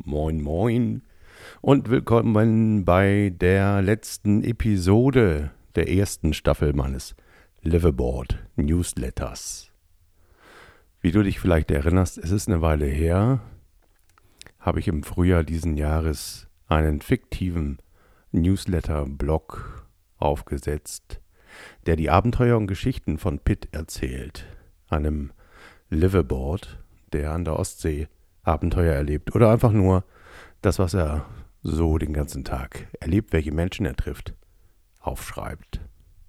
Moin moin und willkommen bei der letzten Episode der ersten Staffel meines Liveaboard Newsletters. Wie du dich vielleicht erinnerst, es ist eine Weile her, habe ich im Frühjahr diesen Jahres einen fiktiven Newsletter-Blog aufgesetzt, der die Abenteuer und Geschichten von Pitt erzählt, einem Liveaboard, der an der Ostsee Abenteuer erlebt oder einfach nur das, was er so den ganzen Tag erlebt, welche Menschen er trifft, aufschreibt.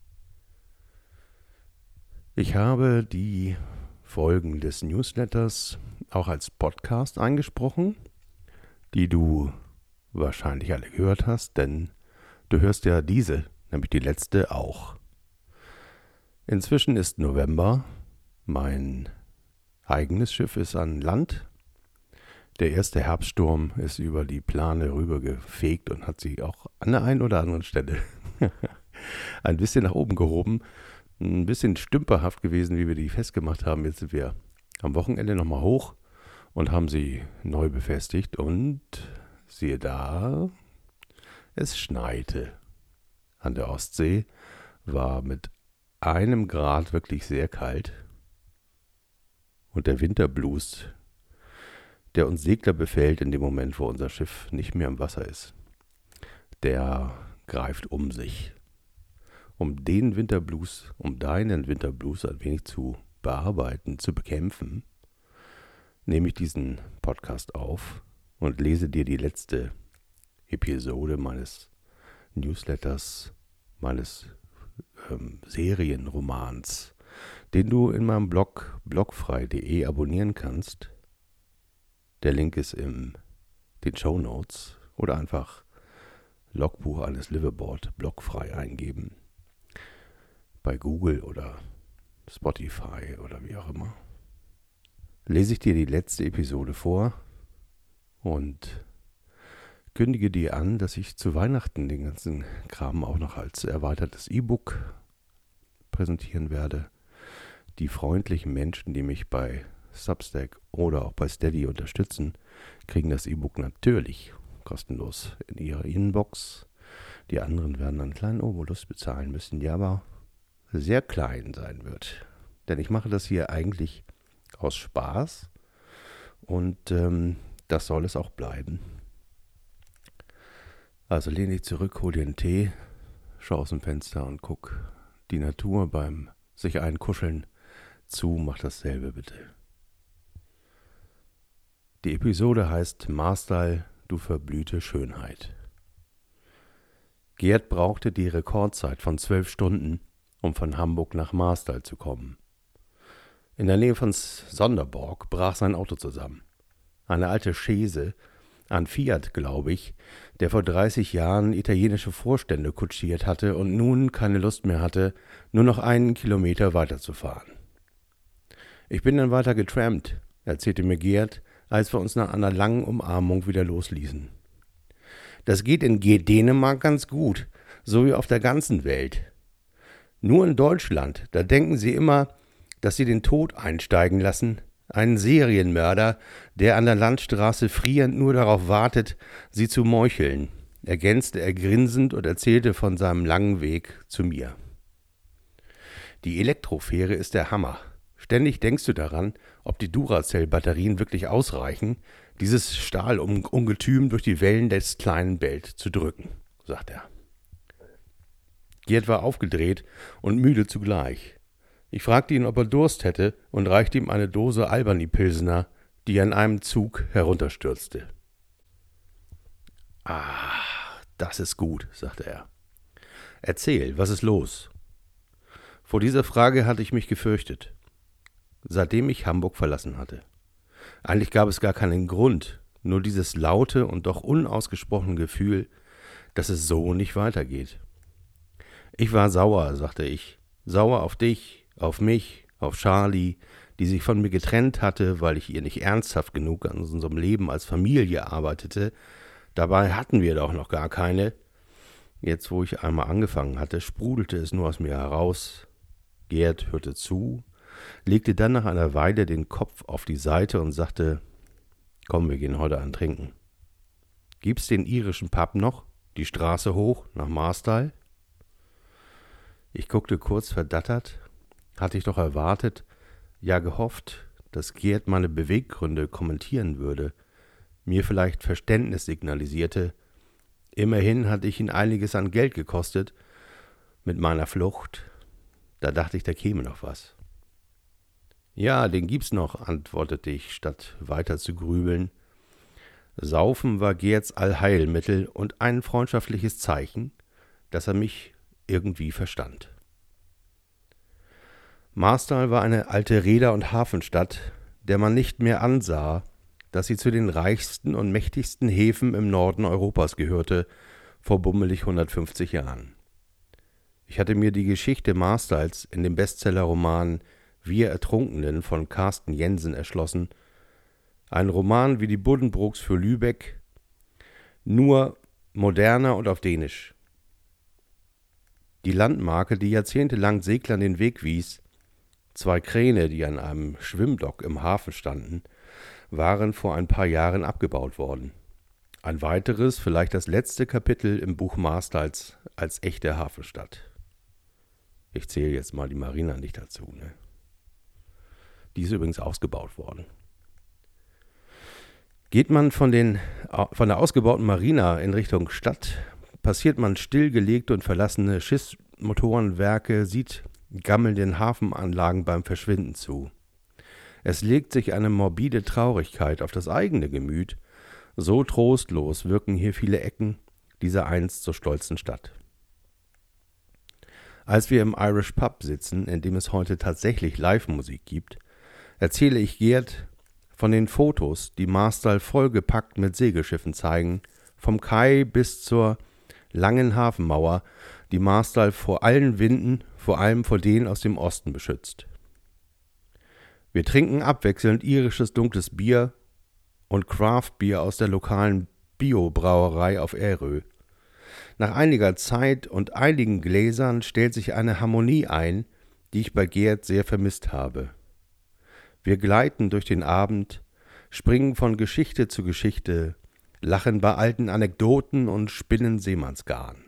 Ich habe die Folgen des Newsletters auch als Podcast eingesprochen, die du wahrscheinlich alle gehört hast, denn du hörst ja diese, nämlich die letzte auch. Inzwischen ist November, mein eigenes Schiff ist an Land. Der erste Herbststurm ist über die Plane rübergefegt und hat sie auch an der einen oder anderen Stelle ein bisschen nach oben gehoben. Ein bisschen stümperhaft gewesen, wie wir die festgemacht haben. Jetzt sind wir am Wochenende nochmal hoch und haben sie neu befestigt. Und siehe da, es schneite. An der Ostsee war mit 1 Grad wirklich sehr kalt. Und der Winterblues, der uns Segler befällt in dem Moment, wo unser Schiff nicht mehr im Wasser ist, der greift um sich. Um den Winterblues, um deinen Winterblues ein wenig zu bearbeiten, zu bekämpfen, nehme ich diesen Podcast auf und lese dir die letzte Episode meines Newsletters, meines Serienromans, den du in meinem Blog blogfrei.de abonnieren kannst. Der Link ist in den Shownotes oder einfach Logbuch eines Liveaboard blogfrei eingeben. Bei Google oder Spotify oder wie auch immer. Lese ich dir die letzte Episode vor und kündige dir an, dass ich zu Weihnachten den ganzen Kram auch noch als erweitertes E-Book präsentieren werde. Die freundlichen Menschen, die mich bei Substack oder auch bei Steady unterstützen, kriegen das E-Book natürlich kostenlos in ihrer Inbox. Die anderen werden einen kleinen Obolus bezahlen müssen, der aber sehr klein sein wird. Denn ich mache das hier eigentlich aus Spaß und das soll es auch bleiben. Also lehn dich zurück, hol dir einen Tee, schau aus dem Fenster und guck die Natur beim sich einkuscheln zu. Mach dasselbe bitte. Die Episode heißt Marstal, du verblühte Schönheit. Gerd brauchte die Rekordzeit von 12 Stunden, um von Hamburg nach Marstal zu kommen. In der Nähe von Sonderborg brach sein Auto zusammen. Eine alte Chaise, ein Fiat, glaube ich, der vor 30 Jahren italienische Vorstände kutschiert hatte und nun keine Lust mehr hatte, nur noch 1 Kilometer weiterzufahren. Ich bin dann weiter getrampt, erzählte mir Gerd, als wir uns nach einer langen Umarmung wieder losließen. Das geht in Dänemark ganz gut, so wie auf der ganzen Welt. Nur in Deutschland, da denken sie immer, dass sie den Tod einsteigen lassen, einen Serienmörder, der an der Landstraße frierend nur darauf wartet, sie zu meucheln, ergänzte er grinsend und erzählte von seinem langen Weg zu mir. Die Elektrofähre ist der Hammer. Ständig denkst du daran, ob die Duracell-Batterien wirklich ausreichen, dieses Stahlungetüm durch die Wellen des kleinen Belt zu drücken, sagt er. Gerd war aufgedreht und müde zugleich. Ich fragte ihn, ob er Durst hätte und reichte ihm eine Dose Albany-Pilsener, die an einem Zug herunterstürzte. »Ah, das ist gut«, sagte er. »Erzähl, was ist los?« Vor dieser Frage hatte ich mich gefürchtet, seitdem ich Hamburg verlassen hatte. Eigentlich gab es gar keinen Grund, nur dieses laute und doch unausgesprochene Gefühl, dass es so nicht weitergeht. Ich war sauer, sagte ich, sauer auf dich, auf mich, auf Charlie, die sich von mir getrennt hatte, weil ich ihr nicht ernsthaft genug an unserem Leben als Familie arbeitete. Dabei hatten wir doch noch gar keine. Jetzt, wo ich einmal angefangen hatte, sprudelte es nur aus mir heraus. Gerd hörte zu, legte dann nach einer Weile den Kopf auf die Seite und sagte, »Komm, wir gehen heute einen trinken.« Gibt's den irischen Pub noch? Die Straße hoch nach Marstall? Ich guckte kurz verdattert. Hatte ich doch erwartet, ja gehofft, dass Gerd meine Beweggründe kommentieren würde, mir vielleicht Verständnis signalisierte. Immerhin hatte ich ihn einiges an Geld gekostet mit meiner Flucht. Da dachte ich, da käme noch was. Ja, den gibt's noch, antwortete ich, statt weiter zu grübeln. Saufen war Gerds Allheilmittel und ein freundschaftliches Zeichen, dass er mich irgendwie verstand. Marstall war eine alte Reeder- und Hafenstadt, der man nicht mehr ansah, dass sie zu den reichsten und mächtigsten Häfen im Norden Europas gehörte, vor bummelig 150 Jahren. Ich hatte mir die Geschichte Marstalls in dem Bestsellerroman Wir Ertrunkenen von Carsten Jensen erschlossen, ein Roman wie die Buddenbrooks für Lübeck, nur moderner und auf Dänisch. Die Landmarke, die jahrzehntelang Seglern den Weg wies, 2 Kräne, die an einem Schwimmdock im Hafen standen, waren vor ein paar Jahren abgebaut worden. Ein weiteres, vielleicht das letzte Kapitel im Buch Marstalls als echte Hafenstadt. Ich zähle jetzt mal die Marina nicht dazu, ne? Die ist übrigens ausgebaut worden. Geht man von der ausgebauten Marina in Richtung Stadt, passiert man stillgelegte und verlassene Schiffsmotorenwerke, sieht gammelnden Hafenanlagen beim Verschwinden zu. Es legt sich eine morbide Traurigkeit auf das eigene Gemüt. So trostlos wirken hier viele Ecken dieser einst so stolzen Stadt. Als wir im Irish Pub sitzen, in dem es heute tatsächlich Live-Musik gibt, erzähle ich Gerd von den Fotos, die Marstall vollgepackt mit Segelschiffen zeigen, vom Kai bis zur langen Hafenmauer, die Marstall vor allen Winden, vor allem vor denen aus dem Osten beschützt. Wir trinken abwechselnd irisches dunkles Bier und Craft-Bier aus der lokalen Bio-Brauerei auf Ärö. Nach einiger Zeit und einigen Gläsern stellt sich eine Harmonie ein, die ich bei Gerd sehr vermisst habe. Wir gleiten durch den Abend, springen von Geschichte zu Geschichte, lachen bei alten Anekdoten und spinnen Seemannsgarn.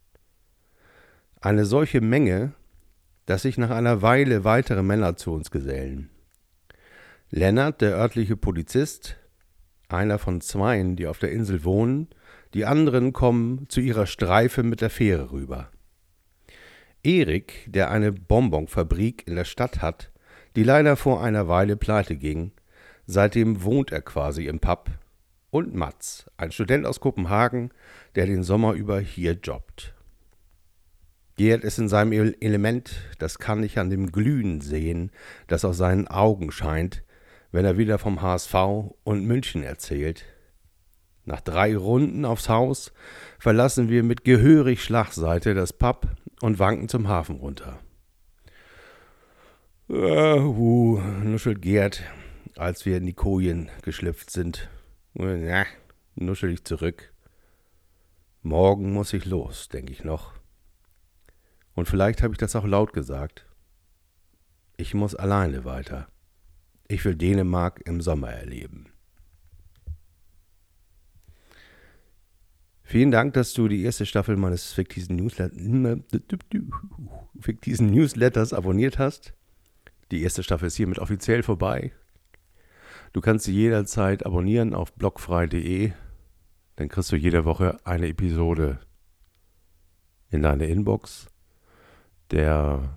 Eine solche Menge, dass sich nach einer Weile weitere Männer zu uns gesellen. Lennart, der örtliche Polizist, einer von 2, die auf der Insel wohnen, die anderen kommen zu ihrer Streife mit der Fähre rüber. Erik, der eine Bonbonfabrik in der Stadt hat, die leider vor einer Weile pleite ging, seitdem wohnt er quasi im Pub, und Mats, ein Student aus Kopenhagen, der den Sommer über hier jobbt. Gerd ist in seinem Element, das kann ich an dem Glühen sehen, das aus seinen Augen scheint, wenn er wieder vom HSV und München erzählt. Nach 3 Runden aufs Haus verlassen wir mit gehörig Schlagseite das Pub und wanken zum Hafen runter. Nuschelt Gerd, als wir in die Kojen geschlüpft sind. Nuschel ich zurück. Morgen muss ich los, denke ich noch. Und vielleicht habe ich das auch laut gesagt. Ich muss alleine weiter. Ich will Dänemark im Sommer erleben. Vielen Dank, dass du die erste Staffel meines fiktiven Newsletters abonniert hast. Die erste Staffel ist hiermit offiziell vorbei. Du kannst sie jederzeit abonnieren auf blogfrei.de. Dann kriegst du jede Woche eine Episode in deine Inbox. Der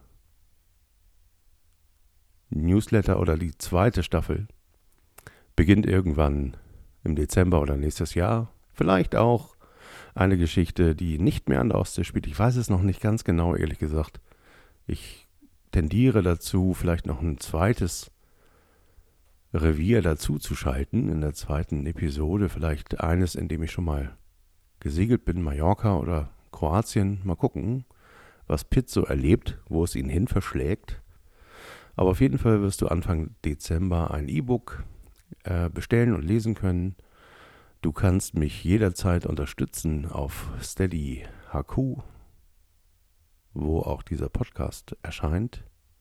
Newsletter oder die 2. Staffel beginnt irgendwann im Dezember oder nächstes Jahr. Vielleicht auch eine Geschichte, die nicht mehr an der Ostsee spielt. Ich weiß es noch nicht ganz genau, ehrlich gesagt. Ich tendiere dazu, vielleicht noch ein zweites Revier dazu zu schalten in der 2. Episode. Vielleicht eines, in dem ich schon mal gesegelt bin, Mallorca oder Kroatien. Mal gucken, was Pitt so erlebt, wo es ihn hin verschlägt. Aber auf jeden Fall wirst du Anfang Dezember ein E-Book bestellen und lesen können. Du kannst mich jederzeit unterstützen auf Steady HQ, wo auch dieser Podcast erscheint.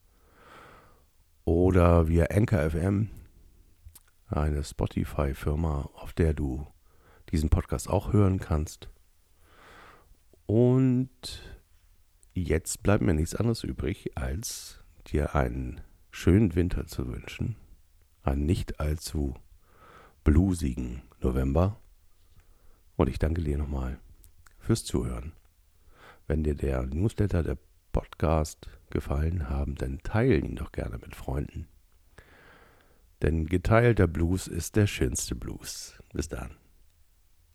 Oder via Anchor FM, eine Spotify-Firma, auf der du diesen Podcast auch hören kannst. Und jetzt bleibt mir nichts anderes übrig, als dir einen schönen Winter zu wünschen. Einen nicht allzu bluesigen November. Und ich danke dir nochmal fürs Zuhören. Wenn dir der Newsletter, der Podcast gefallen haben, dann teile ihn doch gerne mit Freunden. Denn geteilter Blues ist der schönste Blues. Bis dann.